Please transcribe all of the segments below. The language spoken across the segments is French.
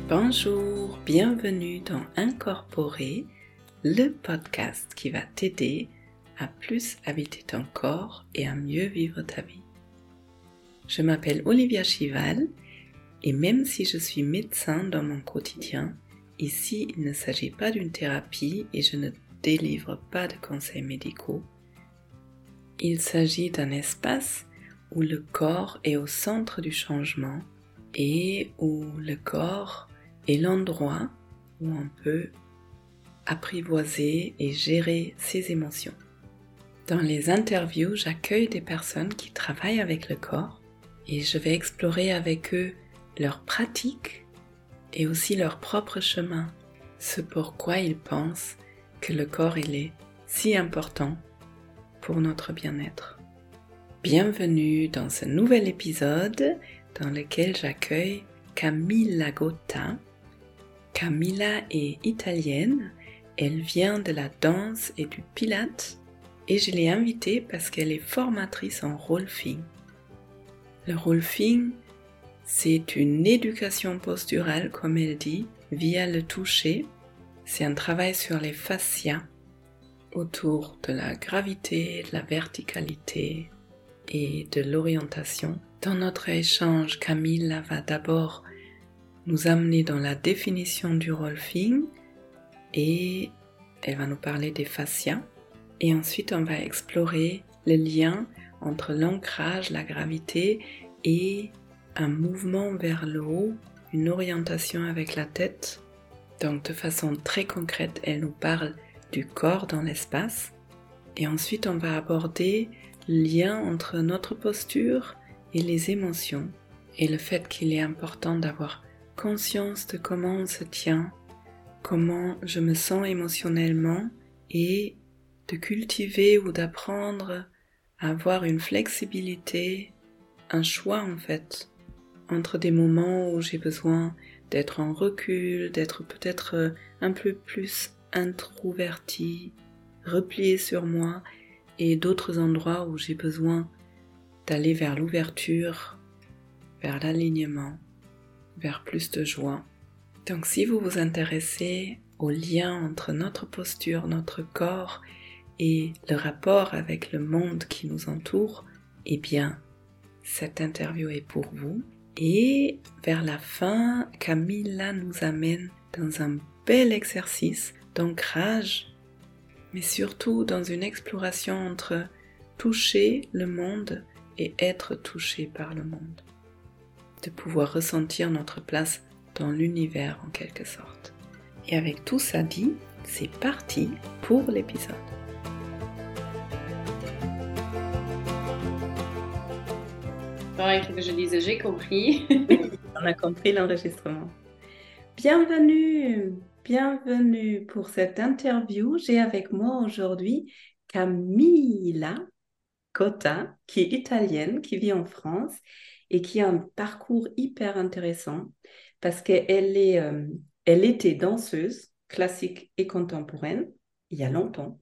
Bonjour, bienvenue dans Incorporer, le podcast qui va t'aider à plus habiter ton corps et à mieux vivre ta vie. Je m'appelle Olivia Chival et même si je suis médecin dans mon quotidien, ici il ne s'agit pas d'une thérapie et je ne délivre pas de conseils médicaux. Il s'agit d'un espace où le corps est au centre du changement et où le corps est l'endroit où on peut apprivoiser et gérer ses émotions. Dans les interviews, j'accueille des personnes qui travaillent avec le corps et je vais explorer avec eux leurs pratiques et aussi leur propre chemin, ce pourquoi ils pensent que le corps il est si important pour notre bien-être. Bienvenue dans ce nouvel épisode dans lequel j'accueille Camilla Gotta. Camilla est italienne, elle vient de la danse et du pilates et je l'ai invitée parce qu'elle est formatrice en rolfing. Le rolfing, c'est une éducation posturale, comme elle dit, via le toucher. C'est un travail sur les fascias autour de la gravité, de la verticalité et de l'orientation. Dans notre échange, Camilla va d'abord nous amener dans la définition du rolfing et elle va nous parler des fascias. Et ensuite, on va explorer le lien entre l'ancrage, la gravité et un mouvement vers le haut, une orientation avec la tête. Donc de façon très concrète, elle nous parle du corps dans l'espace. Et ensuite, on va aborder le lien entre notre posture et les émotions et le fait qu'il est important d'avoir conscience de comment on se tient, comment je me sens émotionnellement et de cultiver ou d'apprendre à avoir une flexibilité, un choix en fait, entre des moments où j'ai besoin d'être en recul, d'être peut-être un peu plus introverti, replié sur moi et d'autres endroits où j'ai besoin d'aller vers l'ouverture, vers l'alignement, vers plus de joie. Donc si vous vous intéressez au lien entre notre posture, notre corps et le rapport avec le monde qui nous entoure, eh bien, cette interview est pour vous. Et vers la fin, Camilla nous amène dans un bel exercice d'ancrage, mais surtout dans une exploration entre toucher le monde et être touché par le monde. De pouvoir ressentir notre place dans l'univers en quelque sorte. Et avec tout ça dit, c'est parti pour l'épisode. Bon, il faut que je dise, j'ai compris. On a compris l'enregistrement. Bienvenue pour cette interview. J'ai avec moi aujourd'hui Camilla Gotta, qui est italienne, qui vit en France et qui a un parcours hyper intéressant parce qu'elle elle était danseuse classique et contemporaine il y a longtemps.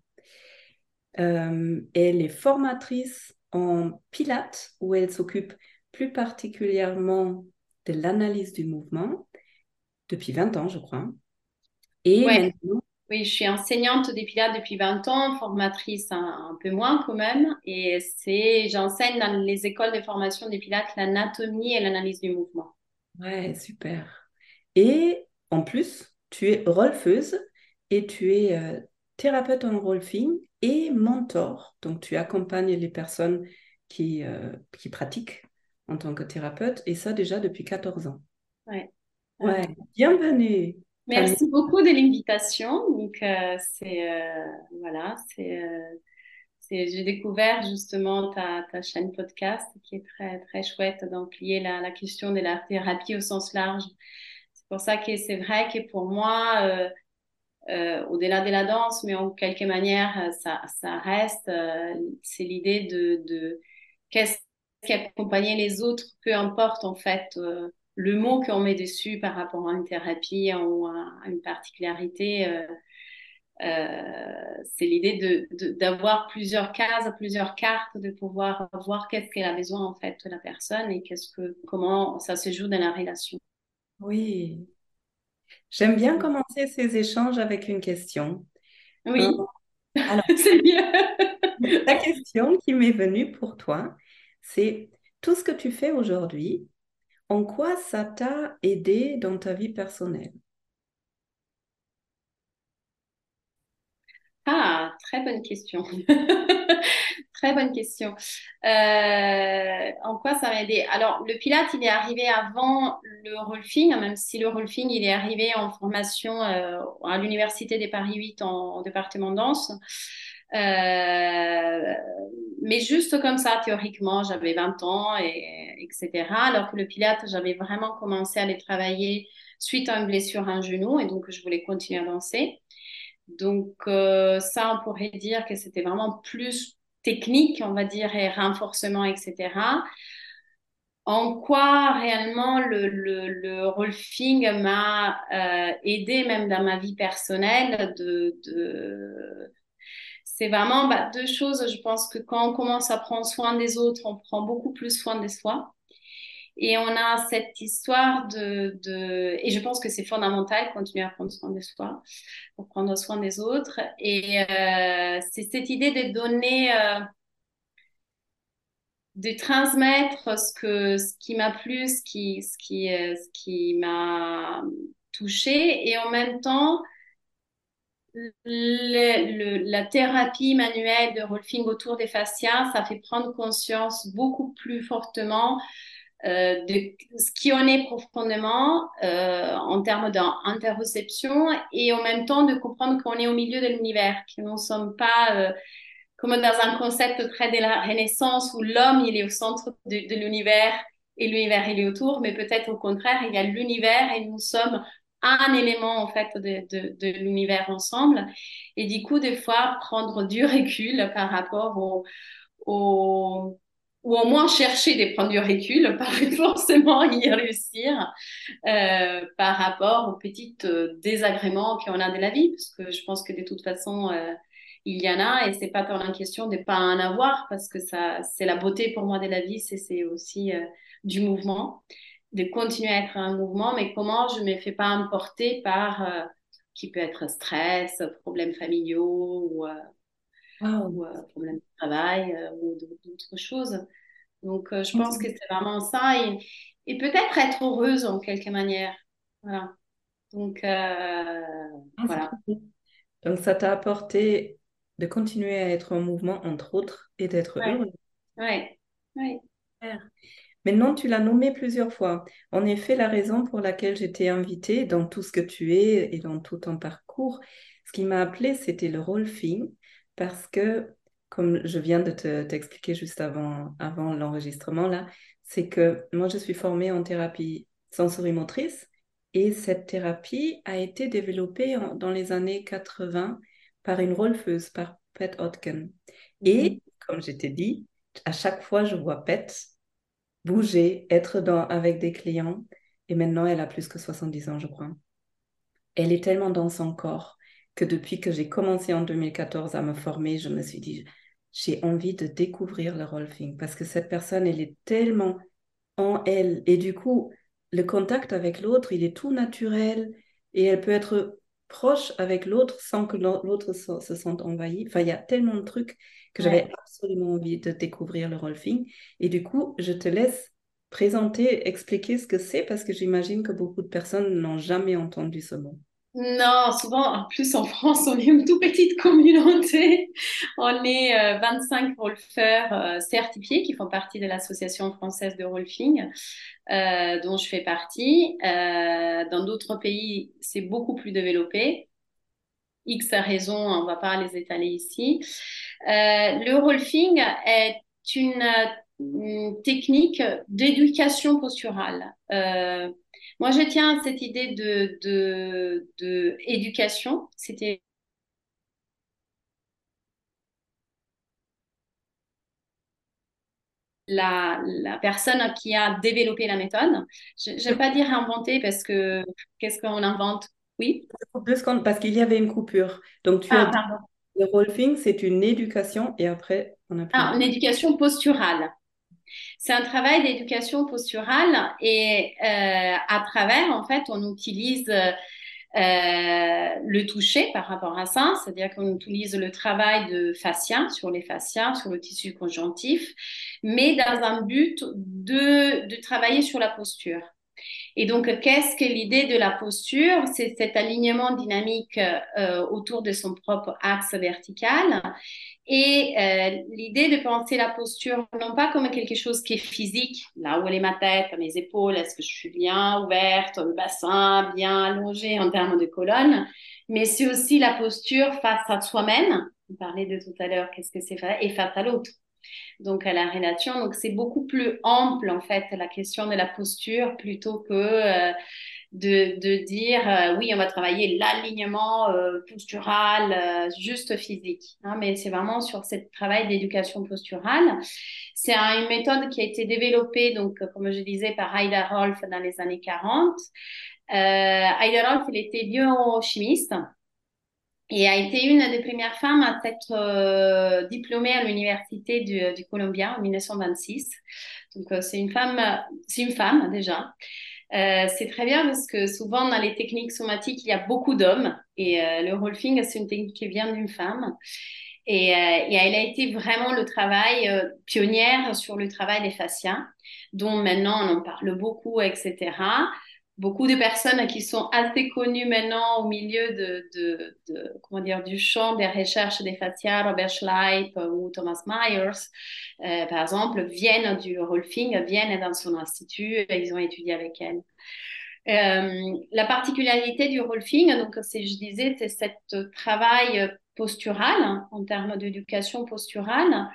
Elle est formatrice en pilates où elle s'occupe plus particulièrement de l'analyse du mouvement depuis 20 ans, je crois. Et Ouais, maintenant, oui, je suis enseignante des pilates depuis 20 ans, formatrice un peu moins quand même. Et j'enseigne dans les écoles de formation des pilates l'anatomie et l'analyse du mouvement. ouais, super. Et en plus, tu es rolfeuse et tu es thérapeute en rolfing et mentor. Donc, tu accompagnes les personnes qui pratiquent en tant que thérapeute et ça déjà depuis 14 ans. Ouais. Ouais, bienvenue, Camille. Merci beaucoup de l'invitation. Donc, voilà, j'ai découvert justement ta chaîne podcast qui est très, très chouette, donc liée à la question de la thérapie au sens large. C'est pour ça que c'est vrai que pour moi, au-delà de la danse, mais en quelque manière, ça reste, c'est l'idée de qu'est-ce qui accompagnait les autres, peu importe en fait le mot qu'on met dessus par rapport à une thérapie ou à une particularité. C'est l'idée d'avoir plusieurs cases, plusieurs cartes, de pouvoir voir qu'est-ce qu'elle a besoin en fait de la personne et comment ça se joue dans la relation. Oui. J'aime bien commencer ces échanges avec une question. Euh, Oui, alors, c'est mieux. la question qui m'est venue pour toi, c'est tout ce que tu fais aujourd'hui, en quoi ça t'a aidé dans ta vie personnelle? Ah, très bonne question. Très bonne question. En quoi ça m'a aidé? Alors, le Pilate, il est arrivé avant le rolfing, hein, même si le rolfing, il est arrivé en formation à l'Université des Paris 8 en département de danse. Euh, mais juste comme ça, théoriquement, j'avais 20 ans, etc. Alors que le Pilate, j'avais vraiment commencé à les travailler suite à une blessure à un genou et donc je voulais continuer à danser. Donc ça, on pourrait dire que c'était vraiment plus technique, on va dire, et renforcement, etc. En quoi réellement le rolfing m'a aidé même dans ma vie personnelle c'est vraiment deux choses. Je pense que quand on commence à prendre soin des autres, on prend beaucoup plus soin de soi. Et on a cette histoire et je pense que c'est fondamental, continuer à prendre soin de soi pour prendre soin des autres. Et c'est cette idée de donner, de transmettre ce qui m'a plu, ce qui m'a touché, et en même temps, la thérapie manuelle de rolfing autour des fascias, ça fait prendre conscience beaucoup plus fortement de ce qui en est profondément en termes d'interoception et en même temps de comprendre qu'on est au milieu de l'univers, que nous ne sommes pas comme dans un concept très de la Renaissance où l'homme il est au centre de l'univers et l'univers il est autour, mais peut-être au contraire il y a l'univers et nous sommes un élément en fait de l'univers ensemble et du coup des fois prendre du recul par rapport au ou au moins chercher de prendre du recul, pas forcément y réussir par rapport aux petits désagréments qu'on a de la vie, parce que je pense que de toute façon, il y en a, et c'est pas tant la question de pas en avoir, parce que ça, c'est la beauté pour moi de la vie, c'est aussi du mouvement, de continuer à être un mouvement, mais comment je me fais pas emporter par qui peut être stress, problèmes familiaux Wow. ou problèmes de travail ou d'autres choses. Donc, je pense que Continue. c'est vraiment ça et peut-être être heureuse en quelque manière. Voilà. Donc, Ah, c'est voilà. trop bien. Donc, ça t'a apporté de continuer à être en mouvement, entre autres, et d'être Ouais, heureux. ouais, ouais. Maintenant, tu l'as nommé plusieurs fois. En effet, la raison pour laquelle j'étais invitée dans tout ce que tu es et dans tout ton parcours, ce qui m'a appelé, c'était le rolfing, parce que, comme je viens de t'expliquer juste avant l'enregistrement, là, c'est que moi, je suis formée en thérapie sensorimotrice et cette thérapie a été développée dans les années 80 par une rolfeuse, par Pet Hodgkin. Mhm. Et, comme je t'ai dit, à chaque fois, je vois Pet bouger, être avec des clients. Et maintenant, elle a plus que 70 ans, je crois. Elle est tellement dans son corps que depuis que j'ai commencé en 2014 à me former, je me suis dit, j'ai envie de découvrir le rolfing parce que cette personne, elle est tellement en elle. Et du coup, le contact avec l'autre, il est tout naturel et elle peut être proche avec l'autre sans que l'autre se sente envahi. Enfin, il y a tellement de trucs que Ouais. j'avais absolument envie de découvrir le rolfing. Et du coup, je te laisse présenter, expliquer ce que c'est parce que j'imagine que beaucoup de personnes n'ont jamais entendu ce mot. Non, souvent, en plus en France, on est une toute petite communauté. On est 25 rolfeurs certifiés qui font partie de l'Association française de rolfing, dont je fais partie. Dans d'autres pays, c'est beaucoup plus développé. X raisons, on ne va pas les étaler ici. Le rolfing est une technique d'éducation posturale. Moi, je tiens à cette idée de éducation. C'était la personne qui a développé la méthode. Je n'aime pas dire inventer parce que qu'est-ce qu'on invente? Oui? Coupe 2 secondes parce qu'il y avait une coupure. Donc, tu as Ah, dit pardon. le rolfing, c'est une éducation et après, on n'a plus Ah, une entendu. éducation posturale. C'est un travail d'éducation posturale et à travers, en fait, on utilise le toucher par rapport à ça, c'est-à-dire qu'on utilise le travail de fascia, sur les fascias, sur le tissu conjonctif, mais dans un but de travailler sur la posture. Et donc, qu'est-ce que l'idée de la posture? C'est cet alignement dynamique autour de son propre axe vertical. Et l'idée de penser la posture non pas comme quelque chose qui est physique, là où est ma tête, mes épaules, est-ce que je suis bien ouverte, le bassin bien allongé en termes de colonne, mais c'est aussi la posture face à soi-même. On parlait de tout à l'heure, qu'est-ce que c'est et face à l'autre. Donc à la relation. Donc c'est beaucoup plus ample en fait la question de la posture plutôt que de dire oui on va travailler l'alignement postural juste physique. Hein, mais c'est vraiment sur ce travail d'éducation posturale. C'est une méthode qui a été développée donc comme je disais par Ida Rolf dans les années 40. Ida Rolf elle était biochimiste et a été une des premières femmes à être diplômée à l'université du Columbia en 1926. Donc c'est une femme déjà. C'est très bien parce que souvent dans les techniques somatiques il y a beaucoup d'hommes et le rolfing c'est une technique qui vient d'une femme. Et elle a été vraiment le travail pionnière sur le travail des fascias, dont maintenant on en parle beaucoup, etc. Beaucoup de personnes qui sont assez connues maintenant au milieu comment dire, du champ des recherches des fascias, Robert Schleip ou Thomas Myers, par exemple, viennent du Rolfing, viennent dans son institut et ils ont étudié avec elle. La particularité du Rolfing, donc, je disais, c'est ce travail postural, hein, en termes d'éducation posturale,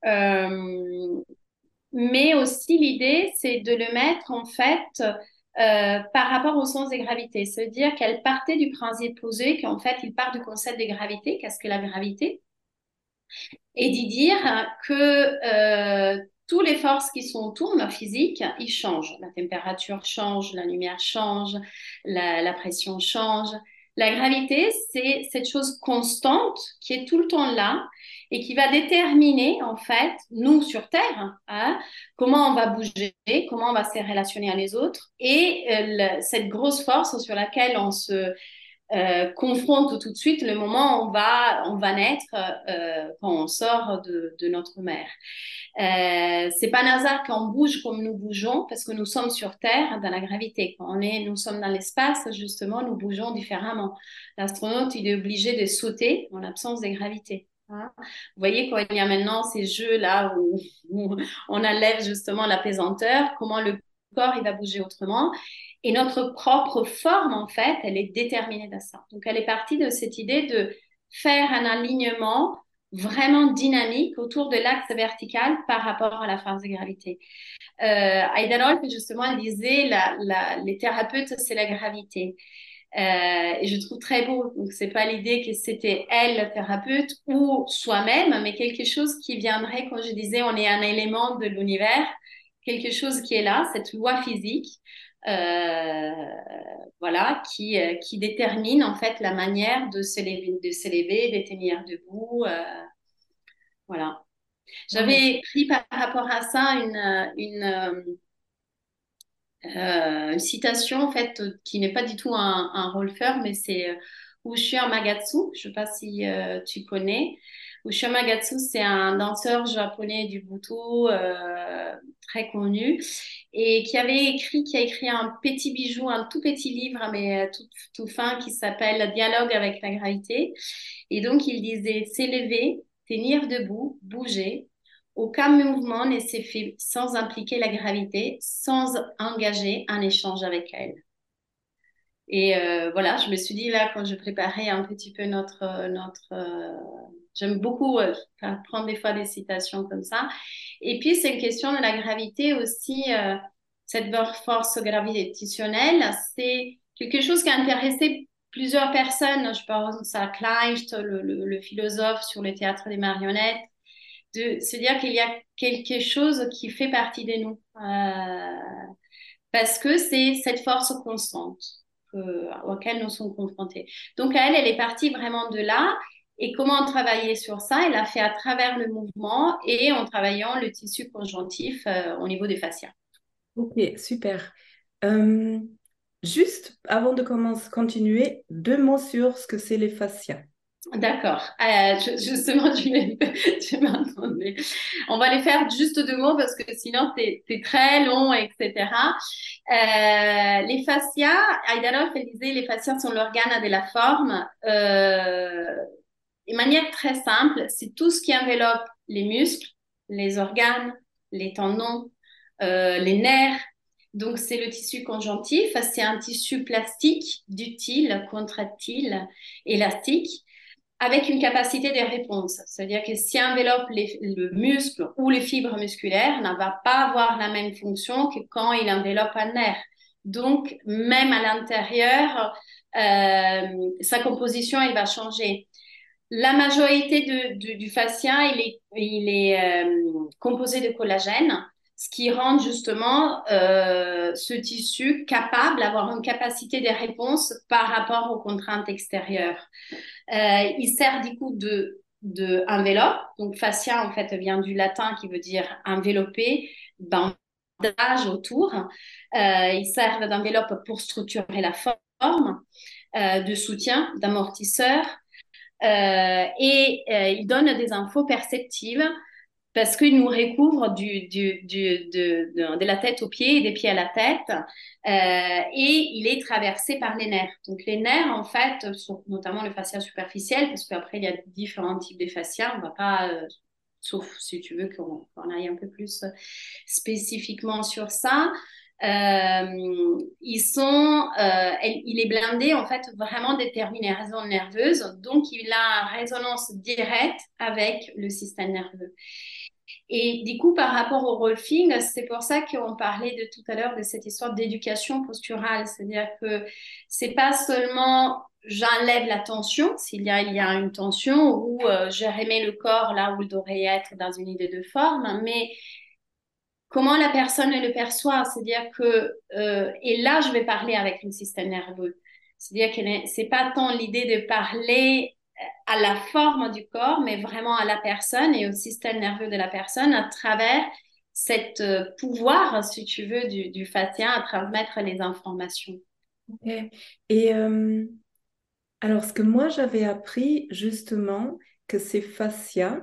mais aussi l'idée, c'est de le mettre en fait par rapport au sens des gravités. C'est-à-dire qu'elle partait du principe posé qu'en fait, il part du concept de gravité. Qu'est-ce que la gravité? Et d'y dire que toutes les forces qui sont autour de la physique, ils changent. La température change, la lumière change, la pression change. La gravité, c'est cette chose constante qui est tout le temps là et qui va déterminer, en fait, nous sur Terre, hein, comment on va bouger, comment on va se relationner à les autres et cette grosse force sur laquelle on se confronte tout de suite le moment où on va naître quand on sort de notre mère. C'est pas un hasard qu'on bouge comme nous bougeons parce que nous sommes sur Terre dans la gravité. Quand nous sommes dans l'espace, justement, nous bougeons différemment. L'astronaute, il est obligé de sauter en l'absence de gravité. Hein. Vous voyez, quand il y a maintenant ces jeux-là où on enlève justement la pesanteur, comment le corps il va bouger autrement. Et notre propre forme, en fait, elle est déterminée de ça. Donc, elle est partie de cette idée de faire un alignement vraiment dynamique autour de l'axe vertical par rapport à la force de gravité. Ida Rolf, justement, elle disait les thérapeutes, c'est la gravité. Et je trouve très beau. Donc, c'est pas l'idée que c'était elle, le thérapeute, ou soi-même, mais quelque chose qui viendrait, quand je disais, on est un élément de l'univers, quelque chose qui est là, cette loi physique, euh, voilà, qui détermine en fait la manière de s'élever, de tenir debout, voilà. Wow. J'avais écrit par rapport à ça une citation en fait qui n'est pas du tout un rolfeur, mais c'est Ushio Magatsu. Je ne sais pas si tu connais. Ushio Magatsu, c'est un danseur japonais du Buto très connu et qui a écrit un petit bijou, un tout petit livre, mais tout fin, qui s'appelle Dialogue avec la gravité. Et donc, il disait s'élever, tenir debout, bouger. Aucun mouvement ne s'est fait sans impliquer la gravité, sans engager un échange avec elle. Et voilà, je me suis dit là, quand je préparais un petit peu j'aime beaucoup prendre des fois des citations comme ça. Et puis, c'est une question de la gravité aussi, cette force gravitationnelle, c'est quelque chose qui a intéressé plusieurs personnes. Je pense à Kleist, le philosophe sur le théâtre des marionnettes, de se dire qu'il y a quelque chose qui fait partie de nous. Parce que c'est cette force constante auquel nous sommes confrontés. Donc, elle est partie vraiment de là. Et comment travailler sur ça? Elle a fait à travers le mouvement et en travaillant le tissu conjonctif au niveau des fascias. Ok, super. Euh, Juste avant de continuer, 2 mots sur ce que c'est les fascias. D'accord. Justement, tu m'entendais. On va les faire juste 2 mots parce que sinon, c'est très long, etc. Les fascias, Aïdara elle disait, les fascias sont l'organe de la forme. De manière très simple, c'est tout ce qui enveloppe les muscles, les organes, les tendons, les nerfs. Donc, c'est le tissu conjonctif. C'est un tissu plastique, ductile, contractile, élastique avec une capacité de réponse. C'est-à-dire que si enveloppe le muscle ou les fibres musculaires, ne va pas avoir la même fonction que quand il enveloppe un nerf. Donc, même à l'intérieur, sa composition, elle va changer. La majorité du fascia, il est composé de collagène, ce qui rend justement ce tissu capable d'avoir une capacité de réponse par rapport aux contraintes extérieures. Il sert du coup de enveloppe. Donc fascia en fait vient du latin qui veut dire envelopper, bandage autour. Il sert d'enveloppe pour structurer la forme, de soutien, d'amortisseur. Il donne des infos perceptives parce qu'il nous recouvre de la tête aux pieds et des pieds à la tête. Et il est traversé par les nerfs. Donc les nerfs, en fait, sont notamment le fascia superficiel, parce qu'après, il y a différents types de fascia. On ne va pas, sauf si tu veux qu'on aille un peu plus spécifiquement sur ça. Il est blindé en fait vraiment des terminaisons nerveuses, donc il a une résonance directe avec le système nerveux. Et du coup, par rapport au rolfing, c'est pour ça qu'on parlait de tout à l'heure de cette histoire d'éducation posturale, c'est-à-dire que c'est pas seulement j'enlève la tension, il y a une tension, ou je remets le corps là où il devrait être dans une idée de forme, mais comment la personne le perçoit, c'est-à-dire que, et là je vais parler avec le système nerveux, c'est-à-dire que c'est pas tant l'idée de parler à la forme du corps, mais vraiment à la personne et au système nerveux de la personne à travers cette pouvoir, si tu veux, du fascia à transmettre les informations. Ok. Et alors, ce que moi j'avais appris justement, que ces fascias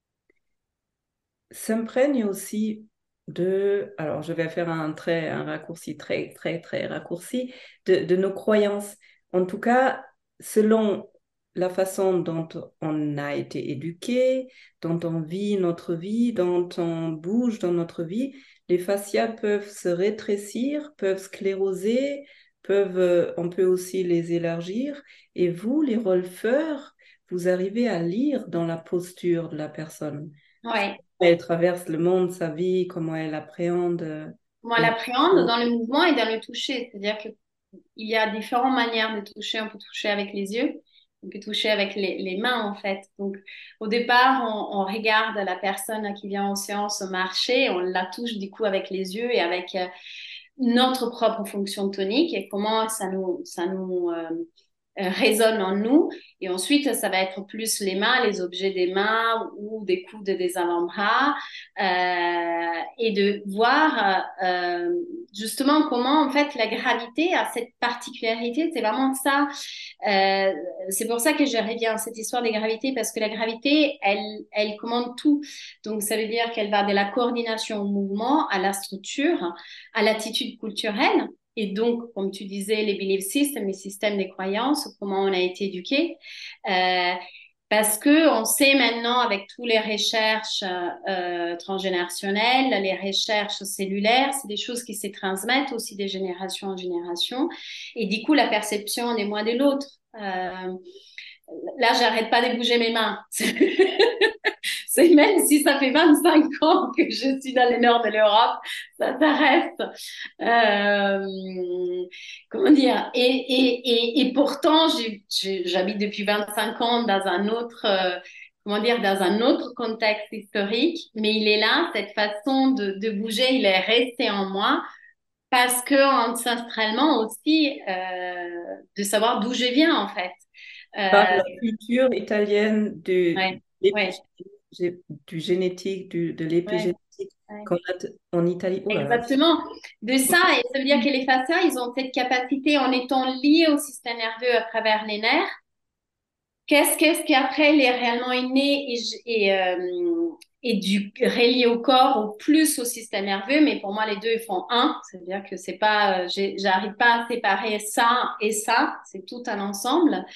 s'imprègnent aussi alors je vais faire un raccourci très, très, très raccourci, de nos croyances. En tout cas, selon la façon dont on a été éduqué, dont on vit notre vie, dont on bouge dans notre vie, les fascias peuvent se rétrécir, peuvent scléroser, on peut aussi les élargir. Et vous, les rolfeurs, vous arrivez à lire dans la posture de la personne. Ouais. Elle traverse le monde, sa vie, comment elle appréhende. On les- l'appréhende dans le mouvement et dans le toucher, c'est-à-dire que il y a différentes manières de toucher. On peut toucher avec les yeux, on peut toucher avec les mains en fait. Donc au départ, on regarde la personne qui vient en séance marcher, on la touche du coup avec les yeux et avec notre propre fonction tonique et comment ça nous résonne en nous. Et ensuite, ça va être plus les mains, les objets des mains ou des coudes des avant-bras et de voir justement comment en fait la gravité a cette particularité. C'est vraiment ça. Euh, c'est pour ça que je reviens à cette histoire des gravités parce que la gravité, elle commande tout. Donc, ça veut dire qu'elle va de la coordination au mouvement à la structure, à l'attitude culturelle. Et donc, comme tu disais, les belief systems, les systèmes des croyances, comment on a été éduqué. Euh, Parce que on sait maintenant avec toutes les recherches transgénérationnelles, les recherches cellulaires, c'est des choses qui se transmettent aussi de génération en génération. Et du coup, la perception des mois de l'autre. Là, j'arrête pas de bouger mes mains. C'est même si ça fait 25 ans que je suis dans le nord de l'Europe, ça reste. Comment dire? Et pourtant, j'habite depuis 25 ans dans un autre, comment dire, dans un autre contexte historique, mais il est là, cette façon de bouger, il est resté en moi parce que ancestralement aussi, de savoir d'où je viens en fait. Par Euh, la culture italienne ouais, ouais, du génétique, de ouais. l'épigénétique. Ouais. En Italie. Oh là là. Exactement. De ça, et ça veut dire que les fascias, ils ont cette capacité, en étant liés au système nerveux à travers les nerfs, qu'est-ce qui après il est réellement inné et du relié au corps ou plus au système nerveux, mais pour moi les deux ils font un, c'est-à-dire que c'est pas, j'arrive pas à séparer ça et ça, c'est tout un ensemble.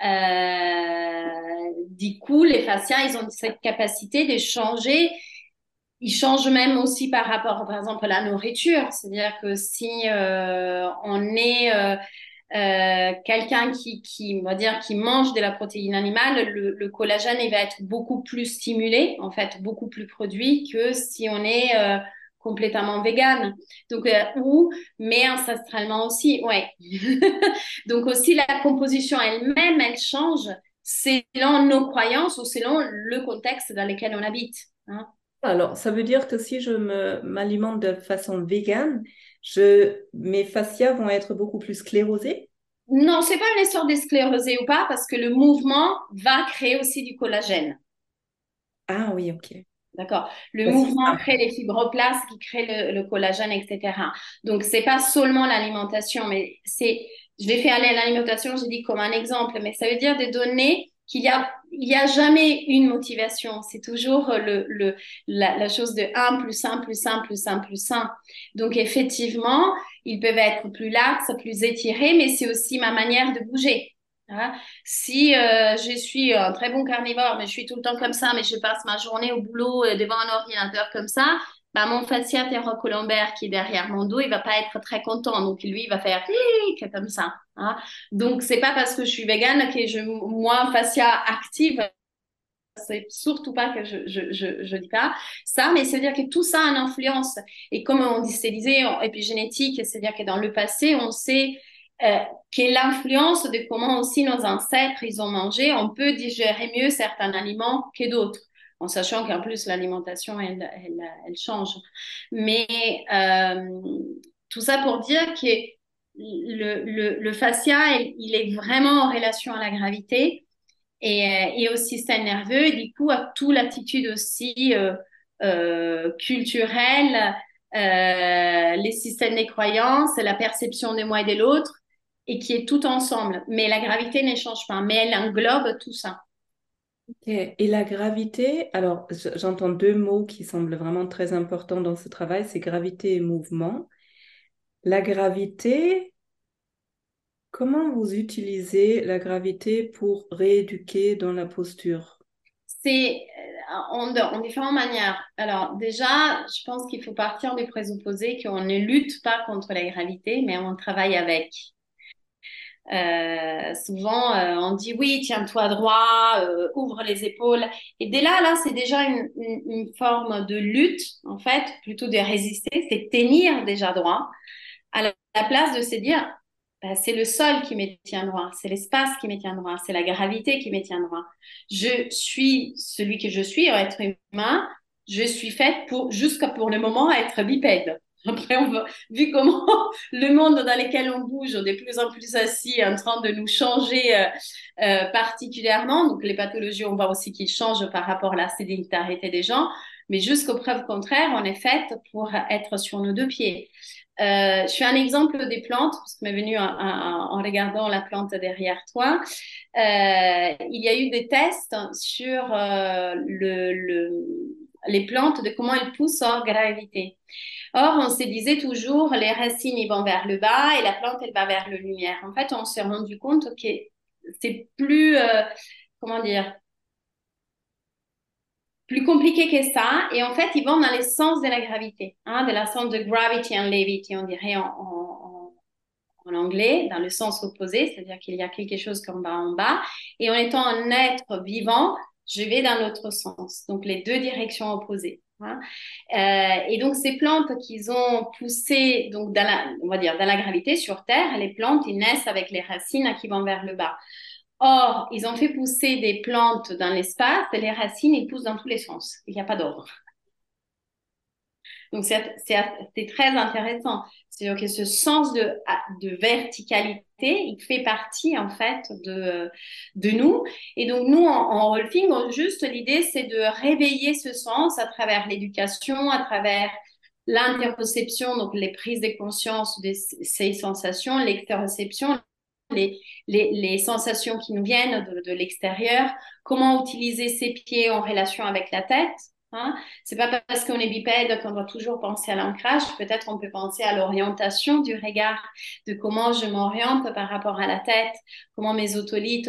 Du coup, les fascias ils ont cette capacité de changer. Ils changent même aussi par rapport, par exemple, à la nourriture. C'est-à-dire que si on est quelqu'un on va dire, qui mange de la protéine animale, le collagène, il va être beaucoup plus stimulé, en fait, beaucoup plus produit que si on est complètement vegan. Donc, mais ancestralement aussi, ouais. Donc aussi, la composition elle-même, elle change selon nos croyances ou selon le contexte dans lequel on habite. Hein. Alors, ça veut dire que si m'alimente de façon végane, mes fascias vont être beaucoup plus sclérosés. Non, c'est pas une histoire de sclérosé ou pas, parce que le mouvement va créer aussi du collagène. Ah oui, ok. D'accord. Le Ça, c'est mouvement simple. crée les fibroblastes qui créent le collagène, etc. Donc, c'est pas seulement l'alimentation, mais je l'ai fait aller à l'alimentation, j'ai dit comme un exemple, mais ça veut dire de donner il y a jamais une motivation. C'est toujours la chose de un plus un plus un plus un plus un. Donc, effectivement, ils peuvent être plus laxes, plus étirés, mais c'est aussi ma manière de bouger. Hein. Si je suis un très bon carnivore, mais je suis tout le temps comme ça, mais je passe ma journée au boulot devant un ordinateur comme ça, bah, mon fascia thérocolombaire qui est derrière mon dos, il va pas être très content. Donc lui, il va faire clic comme ça. Hein. Donc c'est pas parce que je suis végane que moi, fascia active, c'est surtout pas que je dis pas ça, mais c'est-à-dire que tout ça a une influence. Et comme on dit, c'est disait en épigénétique, c'est-à-dire que dans le passé, on sait quelle l'influence de comment aussi nos ancêtres ils ont mangé, on peut digérer mieux certains aliments que d'autres, en sachant qu'en plus l'alimentation elle change. Mais tout ça pour dire que le fascia il est vraiment en relation à la gravité et au système nerveux, et du coup à toute l'attitude aussi culturelle, les systèmes des croyances, la perception de moi et de l'autre, et qui est tout ensemble. Mais la gravité ne change pas, mais elle englobe tout ça. Ok. Et la gravité, alors j'entends deux mots qui semblent vraiment très importants dans ce travail, c'est gravité et mouvement. La gravité, comment vous utilisez la gravité pour rééduquer dans la posture? C'est en différentes manières. Alors déjà, je pense qu'il faut partir du présupposé qu'on ne lutte pas contre la gravité, mais on travaille avec. Souvent, on dit oui, tiens-toi droit, ouvre les épaules. Et dès là, c'est déjà une forme de lutte, en fait, plutôt de résister, c'est tenir déjà droit, à la place de se dire, bah, c'est le sol qui me tient droit, c'est l'espace qui me tient droit, c'est la gravité qui me tient droit. Je suis celui que je suis, être humain, je suis faite jusqu'à pour le moment, être bipède. Après, vu comment le monde dans lequel on bouge, on est de plus en plus assis, en train de nous changer particulièrement. Donc, les pathologies, on voit aussi qu'ils changent par rapport à la sédentarité des gens. Mais jusqu'aux preuves contraires, on est faite pour être sur nos deux pieds. Je fais un exemple des plantes, parce que m'est venu en regardant la plante derrière toi. Il y a eu des tests sur les plantes, de comment elles poussent hors gravité. Or, on se disait toujours, les racines, ils vont vers le bas et la plante, elle va vers la lumière. En fait, on s'est rendu compte que c'est plus, comment dire, plus compliqué que ça. Et en fait, ils vont dans le sens de la gravité, hein, de la sens de gravity and levity, on dirait en anglais, dans le sens opposé, c'est-à-dire qu'il y a quelque chose qui va en bas. Et en étant un être vivant, je vais dans l'autre sens. Donc, les deux directions opposées. Hein. Et donc, ces plantes qu'ils ont poussées, donc on va dire, dans la gravité sur Terre, les plantes, ils naissent avec les racines qui vont vers le bas. Or, ils ont fait pousser des plantes dans l'espace et les racines, ils poussent dans tous les sens. Il n'y a pas d'ordre. Donc, c'est très intéressant. C'est-à-dire que ce sens de verticalité il fait partie en fait de nous. Et donc nous, en Rolfing, juste l'idée, c'est de réveiller ce sens à travers l'éducation, à travers l'interoception, donc les prises de conscience de ces sensations, l'exteroception, les sensations qui nous viennent de l'extérieur, comment utiliser ses pieds en relation avec la tête. Hein. C'est pas parce qu'on est bipède qu'on doit toujours penser à l'ancrage. Peut-être on peut penser à l'orientation du regard, de comment je m'oriente par rapport à la tête, comment mes otolithes,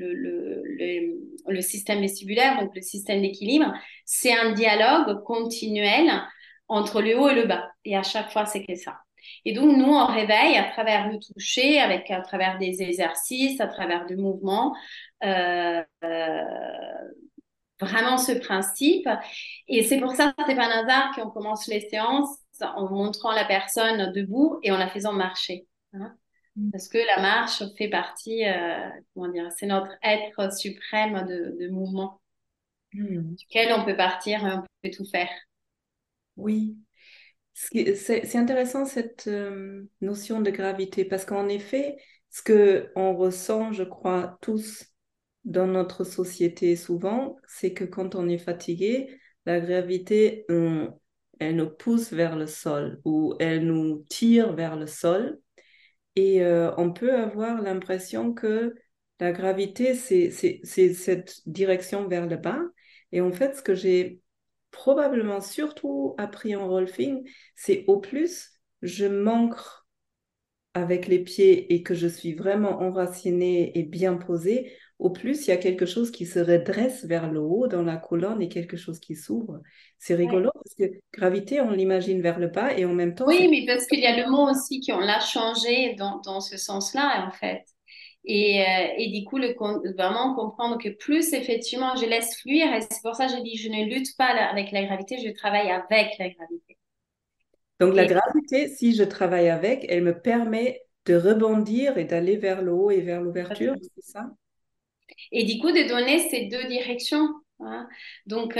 le système vestibulaire, donc le système d'équilibre, c'est un dialogue continuel entre le haut et le bas. Et à chaque fois, c'est que ça. Et donc, nous, on réveille à travers le toucher, à travers des exercices, à travers des mouvements, euh, euh, vraiment ce principe. Et c'est pour ça, c'est pas un hasard qu'on commence les séances en montrant la personne debout et en la faisant marcher. Hein. Parce que la marche fait partie, comment dire, c'est notre être suprême de mouvement, duquel on peut partir et on peut tout faire. Oui. C'est intéressant cette notion de gravité parce qu'en effet, ce que on ressent, je crois, tous dans notre société souvent, c'est que quand on est fatigué, la gravité, elle nous pousse vers le sol ou elle nous tire vers le sol. Et on peut avoir l'impression que la gravité, c'est cette direction vers le bas. Et en fait, ce que j'ai probablement surtout appris en rolfing, c'est au plus je m'ancre avec les pieds et que je suis vraiment enracinée et bien posée, au plus il y a quelque chose qui se redresse vers le haut dans la colonne et quelque chose qui s'ouvre. C'est Ouais. rigolo parce que gravité, on l'imagine vers le bas et en même temps, Oui, c'est... mais parce qu'il y a le mot aussi qu'on l'a changé dans ce sens-là, en fait. Et du coup, vraiment comprendre que plus effectivement je laisse fluire, et c'est pour ça que je dis je ne lutte pas avec la gravité, je travaille avec la gravité. Donc la Et, gravité, si je travaille avec, elle me permet de rebondir et d'aller vers le haut et vers l'ouverture, c'est ça? et du coup, de donner ces deux directions. Hein. Donc,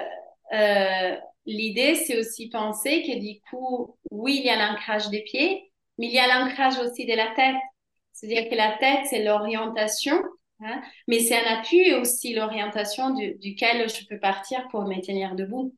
l'idée, c'est aussi penser que du coup, oui, il y a l'ancrage des pieds, mais il y a l'ancrage aussi de la tête. C'est-à-dire que la tête, c'est l'orientation, hein, mais c'est un appui aussi, l'orientation duquel je peux partir pour me tenir debout.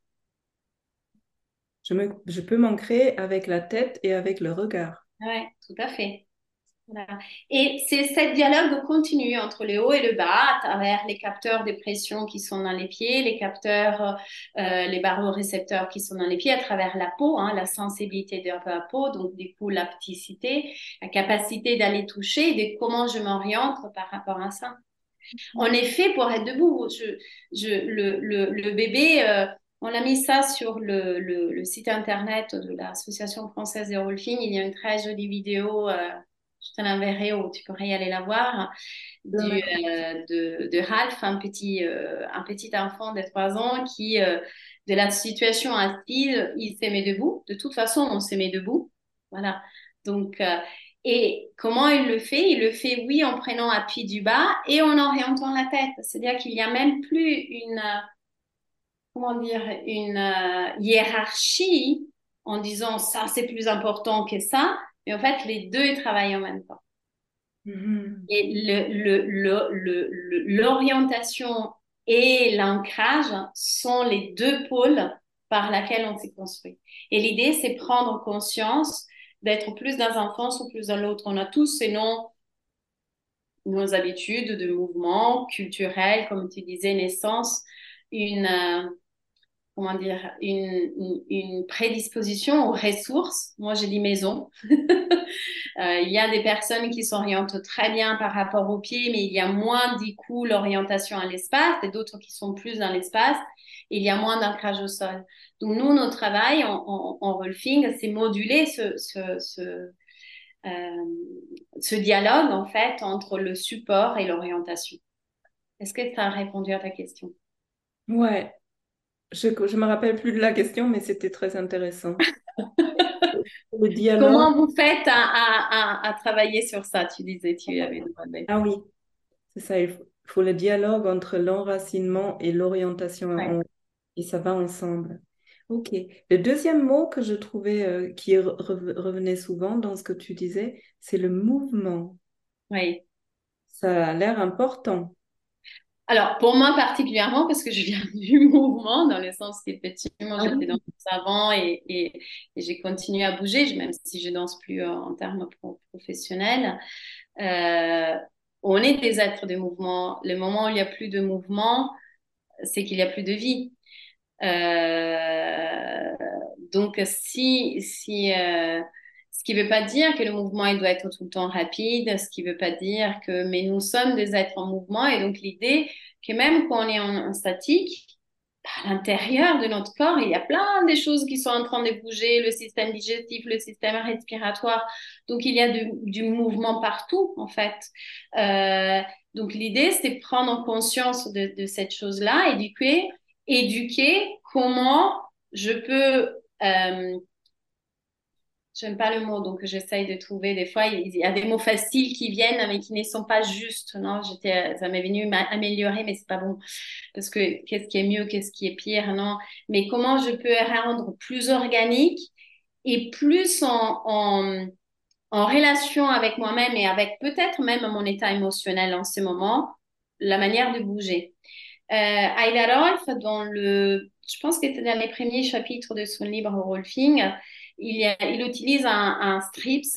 Je peux m'ancrer avec la tête et avec le regard. Ouais, tout à fait. Voilà. Et c'est ce dialogue continu entre le haut et le bas à travers les capteurs de pression qui sont dans les pieds, les capteurs, les barorécepteurs qui sont dans les pieds à travers la peau, hein, la sensibilité de la peau, donc du coup l'apticité, la capacité d'aller toucher, de comment je m'oriente par rapport à ça. En effet, pour être debout, le bébé, on a mis ça sur le site internet de l'Association française de rolfing. Il y a une très jolie vidéo, je te l'enverrai ou tu pourrais y aller la voir, Je vais mettre- de Ralph, un petit enfant de 3 ans qui, de la situation assise, il s'est mis debout. De toute façon, on s'est mis debout. Voilà. Donc, et comment il le fait? Il le fait, oui, en prenant appui du bas et en orientant la tête. C'est-à-dire qu'il n'y a même plus comment dire, une hiérarchie en disant ça, c'est plus important que ça. Mais en fait, les deux, ils travaillent en même temps. Mhm. Et l'orientation et l'ancrage sont les deux pôles par lesquels on s'est construit. Et l'idée, c'est prendre conscience d'être plus dans un sens ou plus dans l'autre. On a tous nos habitudes de mouvement culturel, comme tu disais, naissance, une, comment dire, une prédisposition aux ressources. Moi, j'ai dit maison. Il y a des personnes qui s'orientent très bien par rapport aux pieds, mais il y a moins, du coup, l'orientation à l'espace, et d'autres qui sont plus dans l'espace, et il y a moins d'ancrage au sol. Donc, nous, notre travail en rolfing, c'est moduler ce dialogue, en fait, entre le support et l'orientation. Est-ce que ça a répondu à ta question? Ouais, je me rappelle plus de la question, mais c'était très intéressant. Le dialogue, Comment vous faites à travailler sur ça? Tu disais, tu avais demandé. ah oui, c'est ça, il faut le dialogue entre l'enracinement et l'orientation Ouais. et ça va ensemble. Ok. Le deuxième mot que je trouvais qui revenait souvent dans ce que tu disais, c'est le mouvement. Oui. Ça a l'air important. Alors, pour moi particulièrement, parce que je viens du mouvement, dans le sens qu'effectivement, Ah j'étais oui. danseuse avant et j'ai continué à bouger, même si je danse plus en termes professionnels. Euh, on est des êtres de mouvement. Le moment où il n'y a plus de mouvement, c'est qu'il n'y a plus de vie. Euh, donc, ce qui ne veut pas dire que le mouvement il doit être tout le temps rapide, ce qui ne veut pas dire que, mais nous sommes des êtres en mouvement et donc l'idée que même quand on est en statique, à l'intérieur de notre corps, il y a plein de choses qui sont en train de bouger, le système digestif, le système respiratoire. Donc, il y a du mouvement partout, en fait. Euh, donc, l'idée, c'est de prendre conscience de cette chose-là, éduquer comment je peux j'aime pas le mot, donc j'essaye de trouver des fois, il y a des mots faciles qui viennent, mais qui ne sont pas justes, non? Ça m'est venu m'améliorer, mais c'est pas bon. Parce que qu'est-ce qui est mieux, qu'est-ce qui est pire, non? Mais comment je peux rendre plus organique et plus en relation avec moi-même et avec peut-être même mon état émotionnel en ce moment, la manière de bouger. Ayla Rolf, je pense que c'était dans les premiers chapitres de son livre Rolfing, il utilise un strips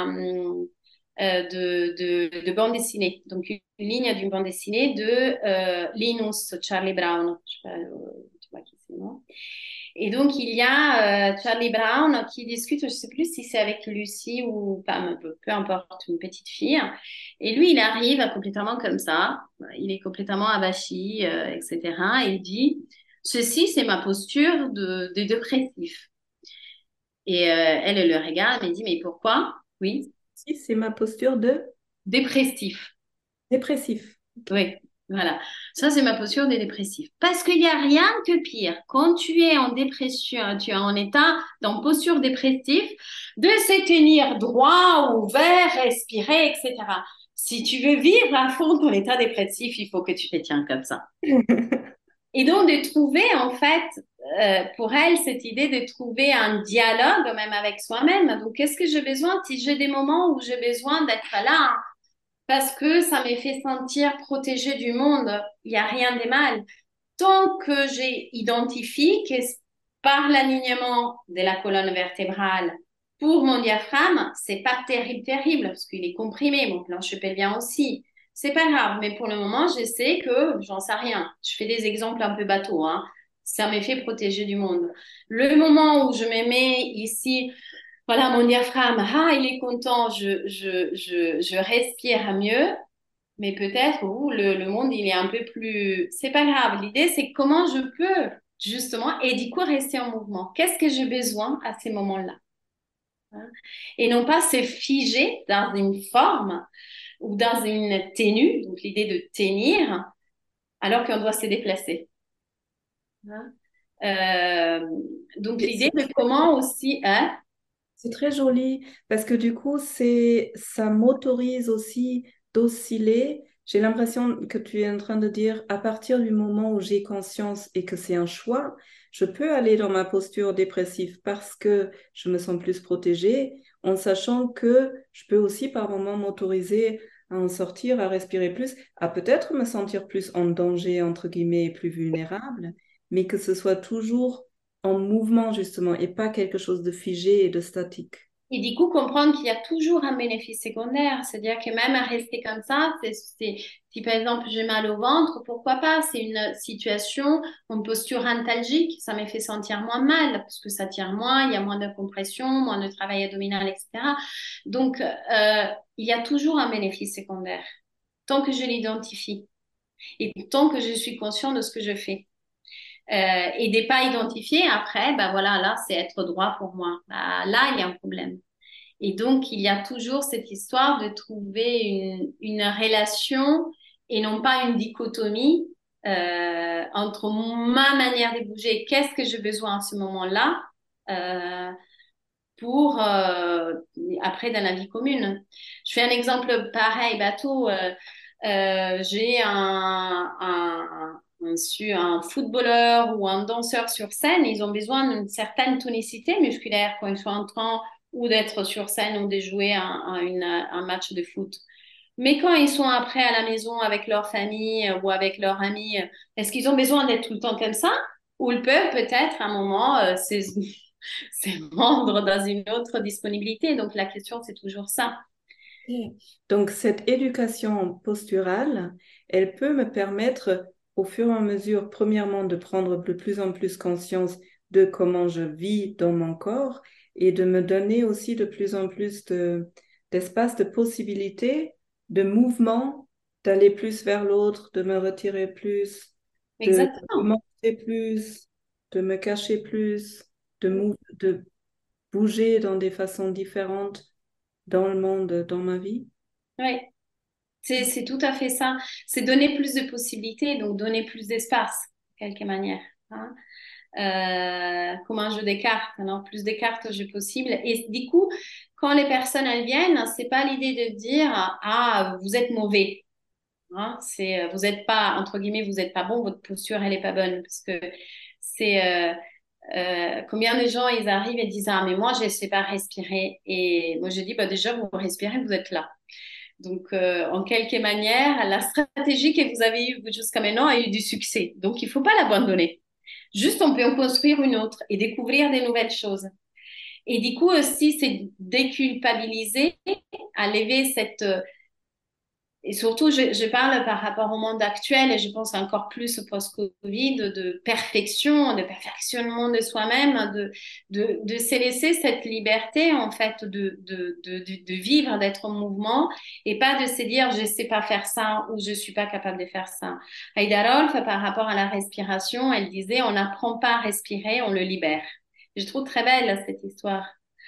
de bande dessinée, donc une ligne d'une bande dessinée de Linus Charlie Brown. Je sais pas, tu vois qui c'est, non? Et donc, il y a Charlie Brown qui discute, je ne sais plus si c'est avec Lucie ou pas, peu importe, une petite fille. Et lui, il arrive complètement comme ça, il est complètement abachi, etc. Et il dit, ceci, c'est ma posture de dépressif. Et elle le regarde et dit, mais pourquoi? Oui, Si, c'est ma posture de dépressif. dépressif. Ok. Oui, voilà. Ça, c'est ma posture des dépressifs. Parce qu'il n'y a rien que pire. Quand tu es en dépression, tu es en état, dans posture dépressive, de se tenir droit, ouvert, respirer, etc. Si tu veux vivre à fond ton état dépressif, il faut que tu te tiens comme ça. Et donc, de trouver, en fait, pour elle, cette idée de trouver un dialogue même avec soi-même. Donc, qu'est-ce que j'ai besoin? Si j'ai des moments où j'ai besoin d'être là, parce que ça me fait sentir protégée du monde. Il n'y a rien de mal. Tant que j'ai identifié que par l'alignement de la colonne vertébrale pour mon diaphragme, c'est pas terrible, terrible, parce qu'il est comprimé, mon plancher pelvien aussi. C'est pas grave, mais pour le moment, je sais que j'en sais rien. Je fais des exemples un peu bateaux, hein. Ça me fait protéger du monde. Le moment où je me mets ici voilà, mon diaphragme, il est content, je respire mieux, mais peut-être, le monde, il est un peu plus... C'est pas grave, l'idée, c'est comment je peux, justement, et du coup, rester en mouvement. Qu'est-ce que j'ai besoin à ces moments-là? Hein. Et non pas se figer dans une forme ou dans une tenue, donc l'idée de tenir, alors qu'on doit se déplacer. Hein. Euh, donc, Et l'idée de comment aussi... Hein? c'est très joli parce que du coup, ça m'autorise aussi d'osciller. J'ai l'impression que tu es en train de dire, à partir du moment où j'ai conscience et que c'est un choix, je peux aller dans ma posture dépressive parce que je me sens plus protégée, en sachant que je peux aussi par moment m'autoriser à en sortir, à respirer plus, à peut-être me sentir plus en danger, entre guillemets, et plus vulnérable, mais que ce soit toujours en mouvement justement et pas quelque chose de figé et de statique. Et du coup, comprendre qu'il y a toujours un bénéfice secondaire, c'est-à-dire que même à rester comme ça, si par exemple j'ai mal au ventre, pourquoi pas? C'est une situation, une posture antalgique, ça me fait sentir moins mal parce que ça tire moins, il y a moins de compression, moins de travail abdominal, etc. Donc, il y a toujours un bénéfice secondaire tant que je l'identifie et tant que je suis conscient de ce que je fais. Et des pas identifiés, après, ben voilà, là, c'est être droit pour moi. Bah, là, il y a un problème. Et donc, il y a toujours cette histoire de trouver une relation et non pas une dichotomie entre ma manière de bouger, qu'est-ce que j'ai besoin à ce moment-là, euh, pour après dans la vie commune. Je fais un exemple pareil, bateau. J'ai un footballeur ou un danseur sur scène, ils ont besoin d'une certaine tonicité musculaire quand ils sont en train ou d'être sur scène ou de jouer un match de foot. Mais quand ils sont après à la maison avec leur famille ou avec leurs amis, est-ce qu'ils ont besoin d'être tout le temps comme ça? Ou ils peuvent peut-être à un moment c'est rendre dans une autre disponibilité. Donc la question, c'est toujours ça. Ok. Donc, cette éducation posturale, elle peut me permettre, au fur et à mesure, premièrement, de prendre de plus en plus conscience de comment je vis dans mon corps et de me donner aussi de plus en plus d'espace, de possibilités, de mouvement, d'aller plus vers l'autre, de me retirer plus, de Exactement. monter plus, de me cacher plus, de bouger dans des façons différentes dans le monde, dans ma vie. Oui, c'est tout à fait ça. C'est donner plus de possibilités, donc donner plus d'espace, de quelque manière. Hein. Comme un jeu des cartes, alors plus de cartes au jeu possible. Et du coup, quand les personnes elles viennent, c'est pas l'idée de dire ah vous êtes mauvais, hein, c'est vous êtes pas entre guillemets vous êtes pas bon, votre posture elle est pas bonne parce que c'est combien de gens ils arrivent et disent ah mais moi je sais pas respirer et moi je dis bah déjà vous respirez vous êtes là. Donc, en quelque manière, la stratégie que vous avez eue jusqu'à maintenant a eu du succès. Donc, il ne faut pas l'abandonner. Juste, on peut en construire une autre et découvrir des nouvelles choses. Et du coup aussi, c'est déculpabiliser, à lever cette, et surtout, je parle par rapport au monde actuel et je pense encore plus au post-Covid, de perfection, de perfectionnement de soi-même, de se laisser cette liberté, en fait, de vivre, d'être en mouvement et pas de se dire, je ne sais pas faire ça ou je ne suis pas capable de faire ça. Aïda Rolf, par rapport à la respiration, elle disait, on n'apprend pas à respirer, on le libère. Je trouve très belle cette histoire.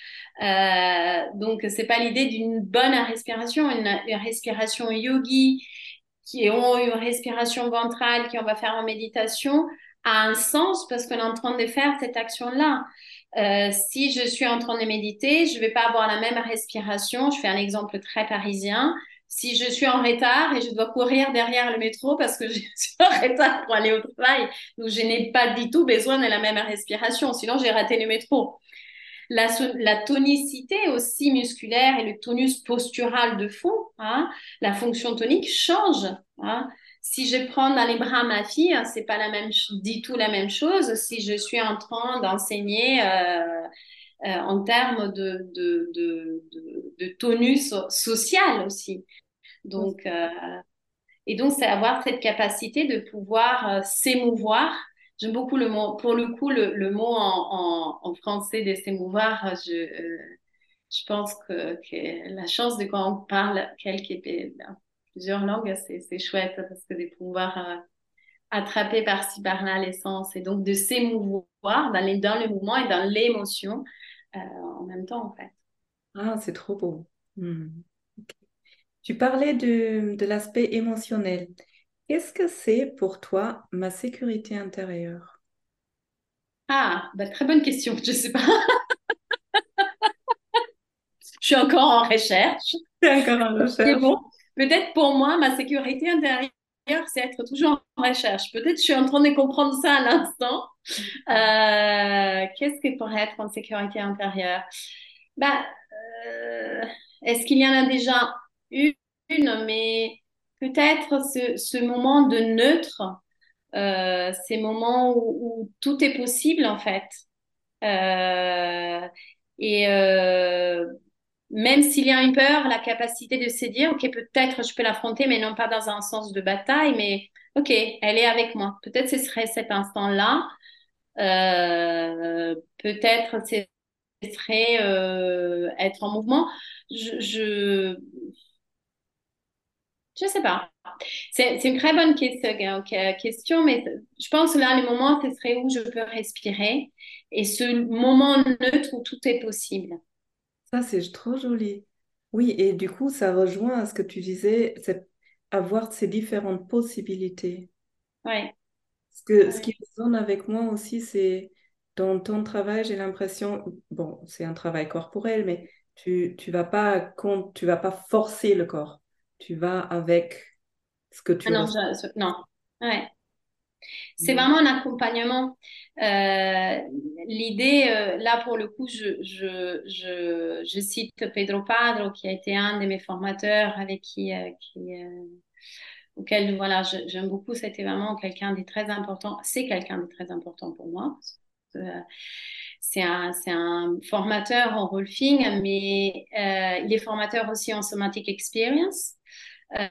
Donc, c'est pas l'idée d'une bonne respiration, une respiration yogi, qui ont une respiration ventrale, qui on va faire en méditation, a un sens parce qu'on est en train de faire cette action-là. Si je suis en train de méditer, je vais pas avoir la même respiration. Je fais un exemple très parisien. Si je suis en retard et je dois courir derrière le métro parce que je suis en retard pour aller au travail, donc je n'ai pas du tout besoin de la même respiration, sinon j'ai raté le métro. La tonicité aussi musculaire et le tonus postural de fond, hein, la fonction tonique change. Hein. Si je prends dans les bras ma fille, hein, c'est pas la même, du tout la même chose. Si je suis en train d'enseigner en termes de tonus social aussi. Donc, et donc, c'est avoir cette capacité de pouvoir s'émouvoir. J'aime beaucoup le mot, pour le coup, le mot en français de s'émouvoir. Je pense que la chance de quand on parle plusieurs langues, c'est chouette parce que de pouvoir attraper par-ci par-là l'essence et donc de s'émouvoir dans le mouvement et dans l'émotion en même temps, en fait. Ah, c'est trop beau. Hmm. Tu parlais de l'aspect émotionnel. Qu'est-ce que c'est pour toi ma sécurité intérieure? Ah, bah, très bonne question. Je sais pas. Je suis encore en recherche. C'est encore en C'est recherche. bon. Peut-être pour moi, ma sécurité intérieure, c'est être toujours en recherche. Peut-être je suis en train de comprendre ça à l'instant. Qu'est-ce que pourrait être en sécurité intérieure? Bah, euh, est-ce qu'il y en a déjà une, mais peut-être ce moment de neutre, ces moments où tout est possible en fait. Euh, et même s'il y a une peur, la capacité de se dire, OK, peut-être je peux l'affronter, mais non pas dans un sens de bataille, mais OK, elle est avec moi. Peut-être ce serait cet instant-là. Peut-être ce serait être en mouvement. Je, je, je sais pas. C'est une très bonne question, mais je pense là, le moment, ce serait où je peux respirer et ce moment neutre où tout est possible. Ça, c'est trop joli. Oui, et du coup, ça rejoint à ce que tu disais, c'est avoir ces différentes possibilités. Ouais, Ce qui ouais. résonne avec moi aussi, c'est dans ton travail, j'ai l'impression, bon, c'est un travail corporel, mais tu vas pas forcer le corps. Tu vas avec ce que Ah tu non, ressens. non. Ouais. C'est vraiment un accompagnement. L'idée, là pour le coup, je cite Pedro Padro, qui a été un de mes formateurs avec auquel voilà, j'aime beaucoup. C'était vraiment quelqu'un de très important. C'est quelqu'un de très important pour moi. C'est un formateur en rolfing, mais il est formateur aussi en somatic experience. Euh,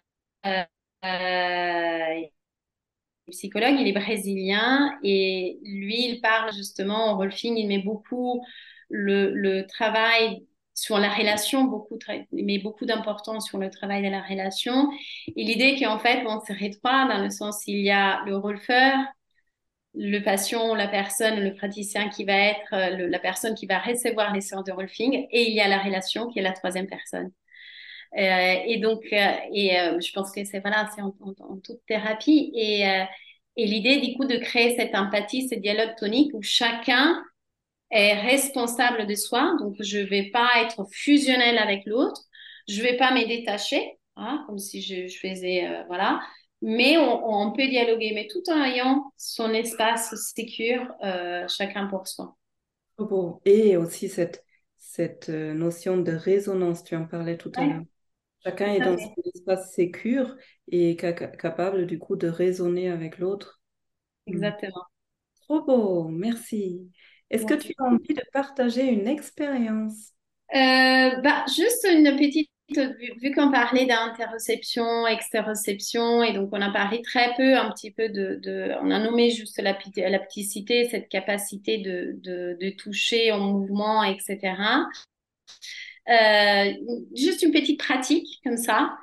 euh, psychologue, il est brésilien et lui, il parle justement en rolfing, il met beaucoup le travail sur la relation, il met beaucoup d'importance sur le travail de la relation. Et l'idée qu'en fait, on serait trois dans le sens il y a le rolfeur, le patient, la personne, le praticien qui va être la personne qui va recevoir les séances de rolfing et il y a la relation qui est la troisième personne. Et donc, je pense que c'est voilà, c'est en toute thérapie. Et l'idée, du coup, de créer cette empathie, ce dialogue tonique où chacun est responsable de soi. Donc, je vais pas être fusionnel avec l'autre. Je vais pas me détacher, hein, comme si je faisais, voilà. Mais on peut dialoguer, mais tout en ayant son espace sécure, chacun pour soi. Trop beau. Et aussi cette notion de résonance, tu en parlais tout à Ouais, l'heure. Chacun tout est à dans fait. son espace sécure et capable du coup de raisonner avec l'autre. Hmm. Exactement. Trop beau, merci. Est-ce que tu Merci. as envie de partager une expérience? Juste une petite, vu qu'on parlait d'interoception, extéroception, et donc on a parlé très peu, un petit peu on a nommé juste la pticité, cette capacité de toucher en mouvement, etc. Euh, Juste une petite pratique comme ça,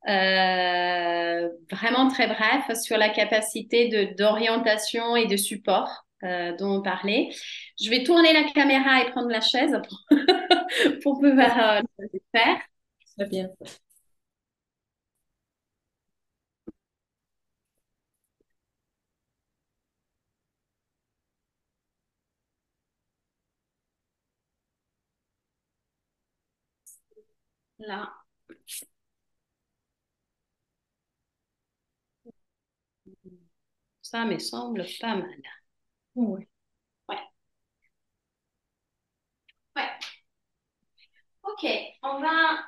vraiment très bref, sur la capacité d'orientation et de support dont on parlait. Je vais tourner la caméra et prendre la chaise pour pouvoir le faire. Très bien. Là, ça me semble pas mal. Oui. Ouais, ouais. Ok, on va.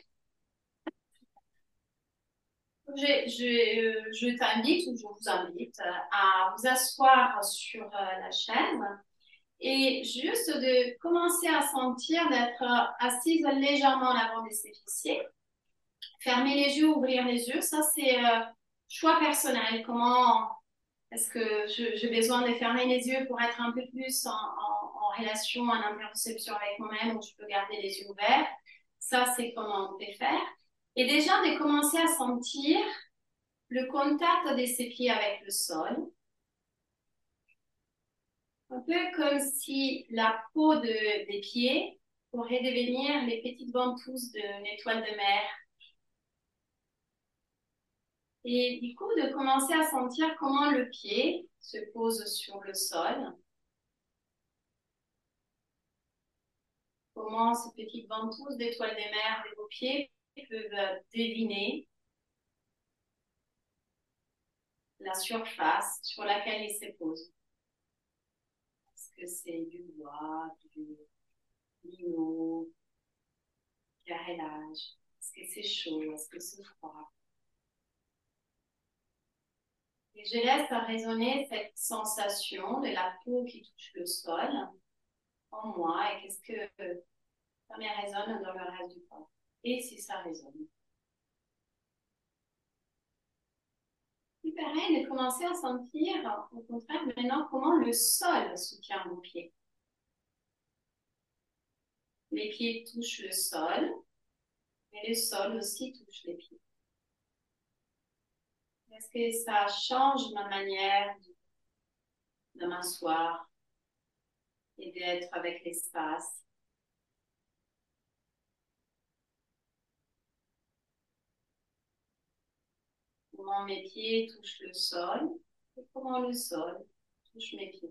Je t'invite ou je vous invite à vous asseoir sur la chaise et juste de commencer à sentir d'être assise légèrement en avant de ses fessiers. Fermer les yeux, ouvrir les yeux, ça c'est choix personnel. Comment est-ce que j'ai besoin de fermer les yeux pour être un peu plus en relation, en interoception avec moi-même, ou je peux garder les yeux ouverts? Ça, c'est comment on peut faire. Et déjà, de commencer à sentir le contact de ses pieds avec le sol. Un peu comme si la peau des pieds pourrait devenir les petites ventouses d'une étoile de mer. Et du coup, de commencer à sentir comment le pied se pose sur le sol. Comment ces petites ventouses d'étoiles des mers de vos pieds peuvent deviner la surface sur laquelle ils se posent. Est-ce que c'est du bois, du lino, du carrelage? Est-ce que c'est chaud? Est-ce que c'est froid? Et je laisse résonner cette sensation de la peau qui touche le sol en moi et qu'est-ce que ça me résonne dans le reste du corps. Et si ça résonne. Il permet de commencer à sentir, au contraire, maintenant comment le sol soutient vos pieds. Les pieds touchent le sol, mais le sol aussi touche les pieds. Est-ce que ça change ma manière de m'asseoir et d'être avec l'espace? Comment mes pieds touchent le sol et comment le sol touche mes pieds.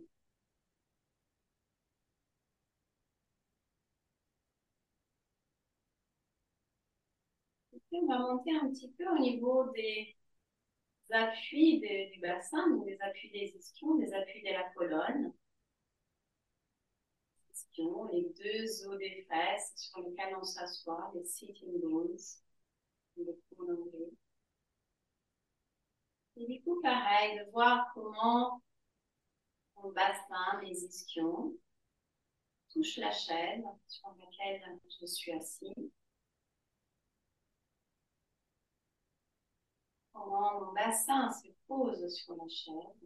Et puis on va monter un petit peu au niveau des appuis du bassin, donc des appuis des ischions, des appuis de la colonne. Les deux os des fesses sur lesquels on s'assoit, les sitting bones, le coup en anglais. Et du coup, pareil, de voir comment mon bassin, mes ischions, touche la chaise sur laquelle je suis assis. Comment mon bassin se pose sur la chaise.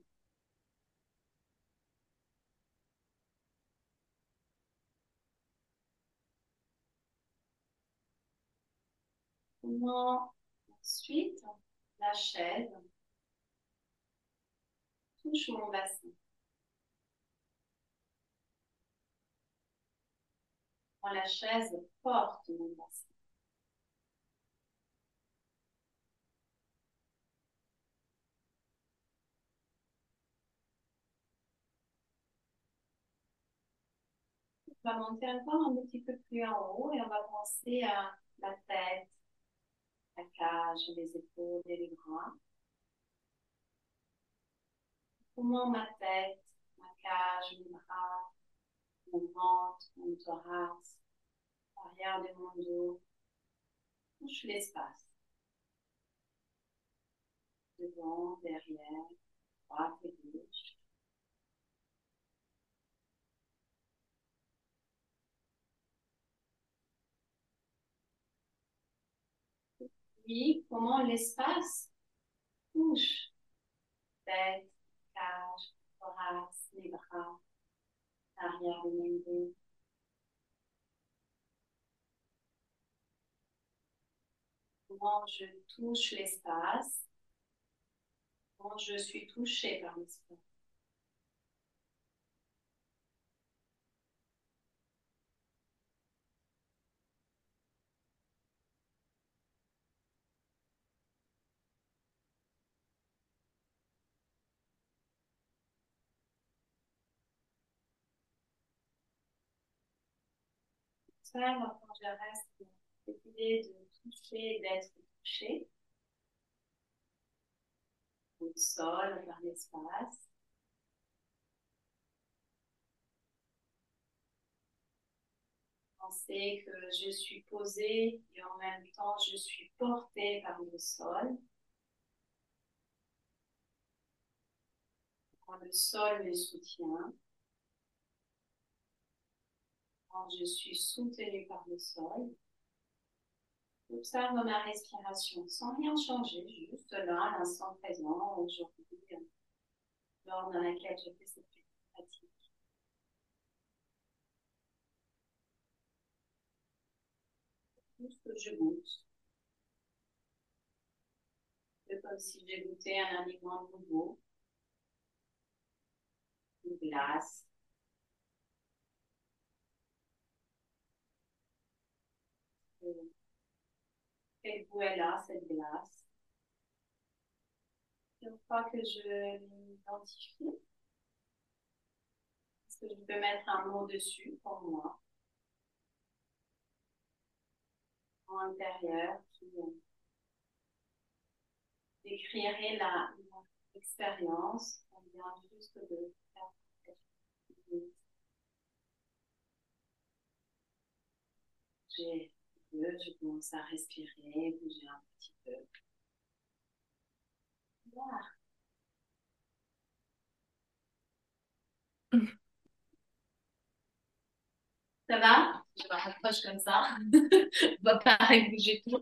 Comment ensuite la chaise touche mon bassin. Comment la chaise porte mon bassin. On va monter encore un petit peu plus en haut et on va penser à la tête, la cage, les épaules et les bras. Comment ma tête, ma cage, mes bras, mon ventre, mon thorax, l'arrière de mon dos, touche l'espace. Devant, derrière, droite et gauche. Puis, comment l'espace touche tête, cage, thorax, les bras, l'arrière de mon dos. Comment je touche l'espace, comment je suis touchée par l'espace. Ça, quand je reste cette idée de toucher, d'être touché, au sol, par l'espace. Penser que je suis posée et en même temps je suis portée par le sol. Quand le sol me soutient, quand je suis soutenue par le sol, j'observe ma respiration sans rien changer, juste là, à l'instant présent, aujourd'hui, l'heure dans laquelle je fais cette pratique. Juste que je goûte. C'est comme si j'ai goûté un aliment nouveau, une glace. Quel goût elle a, cette glace? Une fois que je l'identifie, est-ce que je peux mettre un mot dessus pour moi, en intérieur, qui décrirait l'expérience? On vient juste de faire quelque chose. Je commence à respirer, bouger un petit peu. Voilà. Ça va? Je me rapproche comme ça. On va pas bouger tout.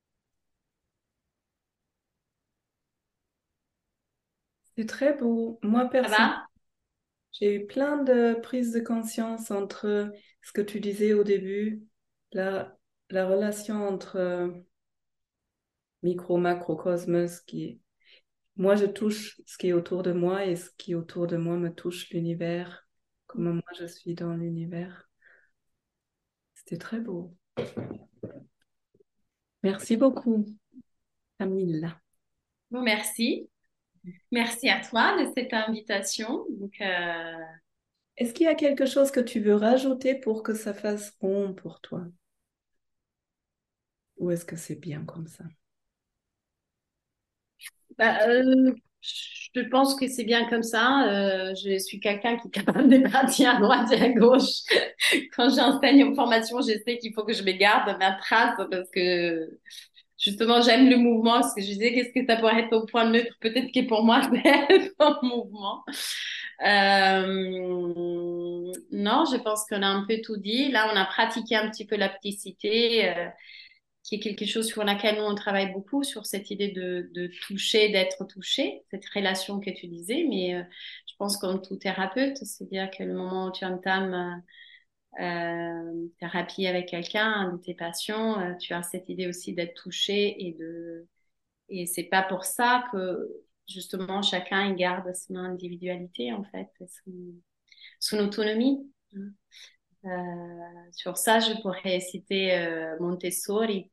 C'est très beau. Moi, Ça personnellement, va? j'ai eu plein de prises de conscience entre ce que tu disais au début, la relation entre micro-macrocosmos, moi, je touche ce qui est autour de moi et ce qui est autour de moi me touche l'univers, comme moi, je suis dans l'univers. C'était très beau. Merci beaucoup, Camilla. Bon, merci. Merci à toi de cette invitation. Donc, Est-ce qu'il y a quelque chose que tu veux rajouter pour que ça fasse rond pour toi? Ou est-ce que c'est bien comme ça? Je pense que c'est bien comme ça. Je suis quelqu'un qui est capable de partir à droite et à gauche. Quand j'enseigne une formation, je sais qu'il faut que je me garde ma trace parce que justement, j'aime le mouvement. Parce que je disais, qu'est-ce que ça pourrait être au point neutre? Peut-être que pour moi, c'est être en mouvement. Non, je pense qu'on a un peu tout dit. Là, on a pratiqué un petit peu la pticité. Qui est quelque chose sur laquelle nous on travaille beaucoup, sur cette idée de toucher, d'être touché, cette relation que tu disais. Mais je pense comme tout thérapeute, c'est-à-dire que le moment où tu entames thérapie avec quelqu'un, de tes patients, tu as cette idée aussi d'être touché et c'est pas pour ça que justement chacun il garde son individualité en fait, son autonomie. Sur ça, je pourrais citer Montessori,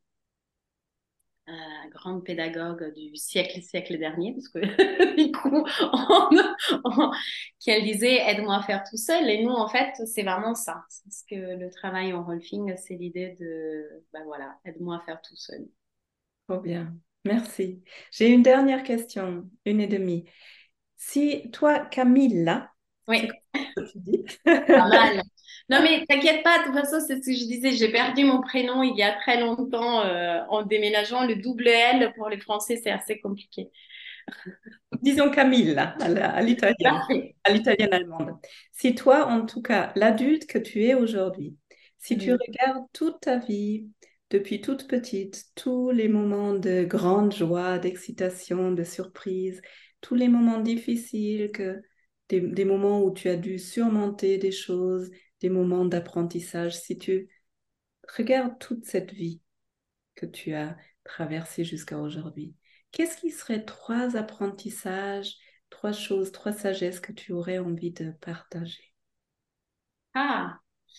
grande pédagogue du siècle dernier, parce que du coup, qu'elle disait aide-moi à faire tout seul. Et nous, en fait, c'est vraiment ça. C'est ce que le travail en rolfing, c'est l'idée de, ben voilà, aide-moi à faire tout seul. Trop bien. Merci. J'ai une dernière question, une et demie. Si toi, Camilla, c'est Oui, comme ça que tu dis. pas mal. Non, mais t'inquiète pas, de toute façon, c'est ce que je disais. J'ai perdu mon prénom il y a très longtemps en déménageant. Le double L pour les Français, c'est assez compliqué. Disons Camilla Parfait. à l'italienne allemande. Si toi, en tout cas, l'adulte que tu es aujourd'hui, si tu regardes toute ta vie, depuis toute petite, tous les moments de grande joie, d'excitation, de surprise, tous les moments difficiles, des moments où tu as dû surmonter des choses, des moments d'apprentissage, si tu regardes toute cette vie que tu as traversée jusqu'à aujourd'hui, qu'est-ce qui serait trois apprentissages, trois choses, trois sagesses que tu aurais envie de partager? Ah,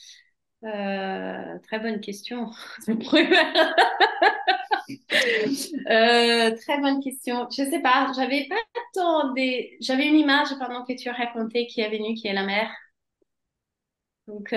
très bonne question. Très bonne question. Je sais pas, j'avais pas j'avais une image pendant que tu racontais qui est venue, qui est la mer. Donc,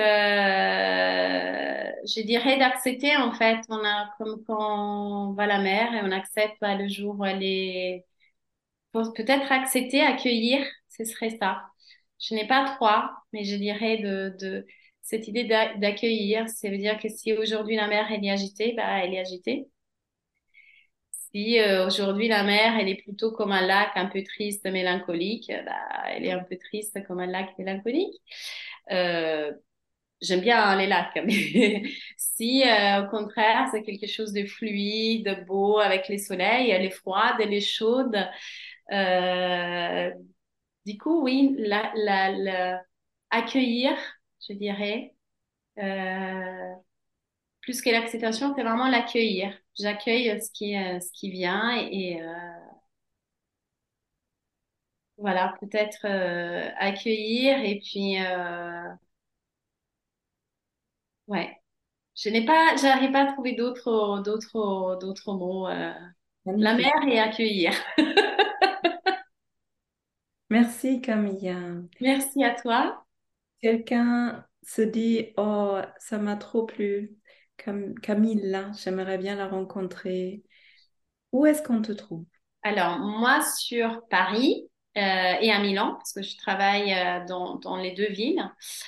je dirais d'accepter en fait. On a comme quand on va à la mer et on accepte bah, le jour où elle est. Peut-être accepter, accueillir, ce serait ça. Je n'ai pas trois, mais je dirais de cette idée d'accueillir. Ça veut dire que si aujourd'hui la mer elle est agitée, bah elle est agitée. Si aujourd'hui la mer, elle est plutôt comme un lac un peu triste, mélancolique, bah, elle est un peu triste comme un lac mélancolique. Euh, J'aime bien hein, les lacs, mais si au contraire c'est quelque chose de fluide, de beau, avec les soleils, elle est froide, elle est chaude. Euh, du coup, oui, accueillir, je dirais. Euh, Plus que l'acceptation, c'est vraiment l'accueillir. J'accueille ce qui vient et voilà, peut-être accueillir et puis ouais. J'arrive pas à trouver d'autres mots. La mer Magnifique. et accueillir. Merci Camilla. Merci à toi. Quelqu'un se dit, oh, ça m'a trop plu. Camilla, j'aimerais bien la rencontrer. Où est-ce qu'on te trouve? Alors, moi, sur Paris et à Milan, parce que je travaille dans les deux villes.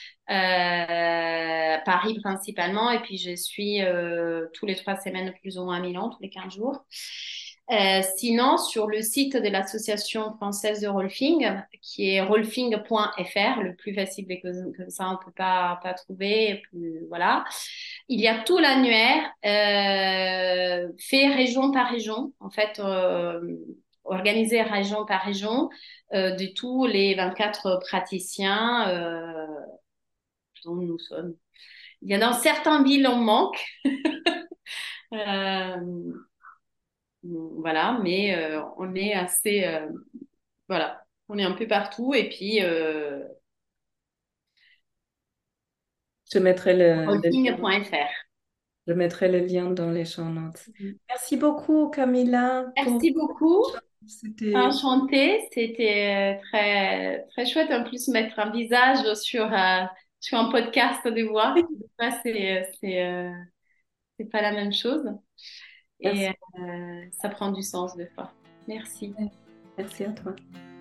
Paris principalement, et puis je suis tous les 3 semaines plus ou moins à Milan, tous les 15 jours. Sinon, sur le site de l'Association française de Rolfing, qui est rolfing.fr, le plus facile que ça, on ne peut pas trouver. Voilà. Il y a tout l'annuaire fait région par région, en fait, organisé région par région de tous les 24 praticiens dont nous sommes. Il y a dans certaines villes, on manque. Euh, voilà, mais on est assez, voilà, on est un peu partout et puis Je mettrai le lien. rolfing.fr. Je mettrai le lien dans les show notes. Merci beaucoup, Camilla, pour Merci beaucoup. c'était Enchantée. C'était très chouette en plus mettre un visage sur un podcast de voix. Des fois, c'est pas la même chose et merci. ça prend du sens des fois. Merci. Merci à toi.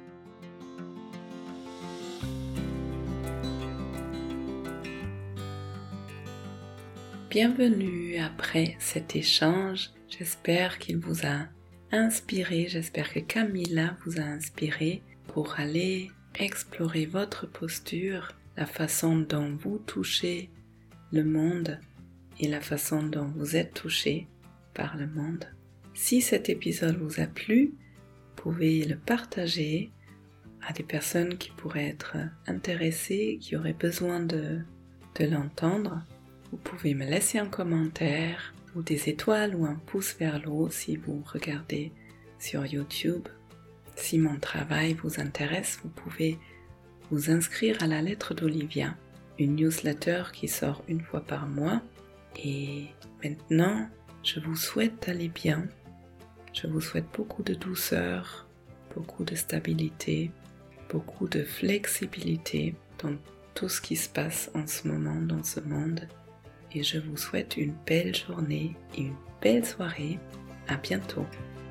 Bienvenue après cet échange. J'espère qu'il vous a inspiré, j'espère que Camilla vous a inspiré pour aller explorer votre posture, la façon dont vous touchez le monde et la façon dont vous êtes touché par le monde. Si cet épisode vous a plu, vous pouvez le partager à des personnes qui pourraient être intéressées, qui auraient besoin de l'entendre. Vous pouvez me laisser un commentaire ou des étoiles ou un pouce vers le haut si vous regardez sur YouTube. Si mon travail vous intéresse, vous pouvez vous inscrire à la lettre d'Olivia, une newsletter qui sort une fois par mois. Et maintenant, je vous souhaite d'aller bien. Je vous souhaite beaucoup de douceur, beaucoup de stabilité, beaucoup de flexibilité dans tout ce qui se passe en ce moment dans ce monde. Et je vous souhaite une belle journée et une belle soirée. À bientôt.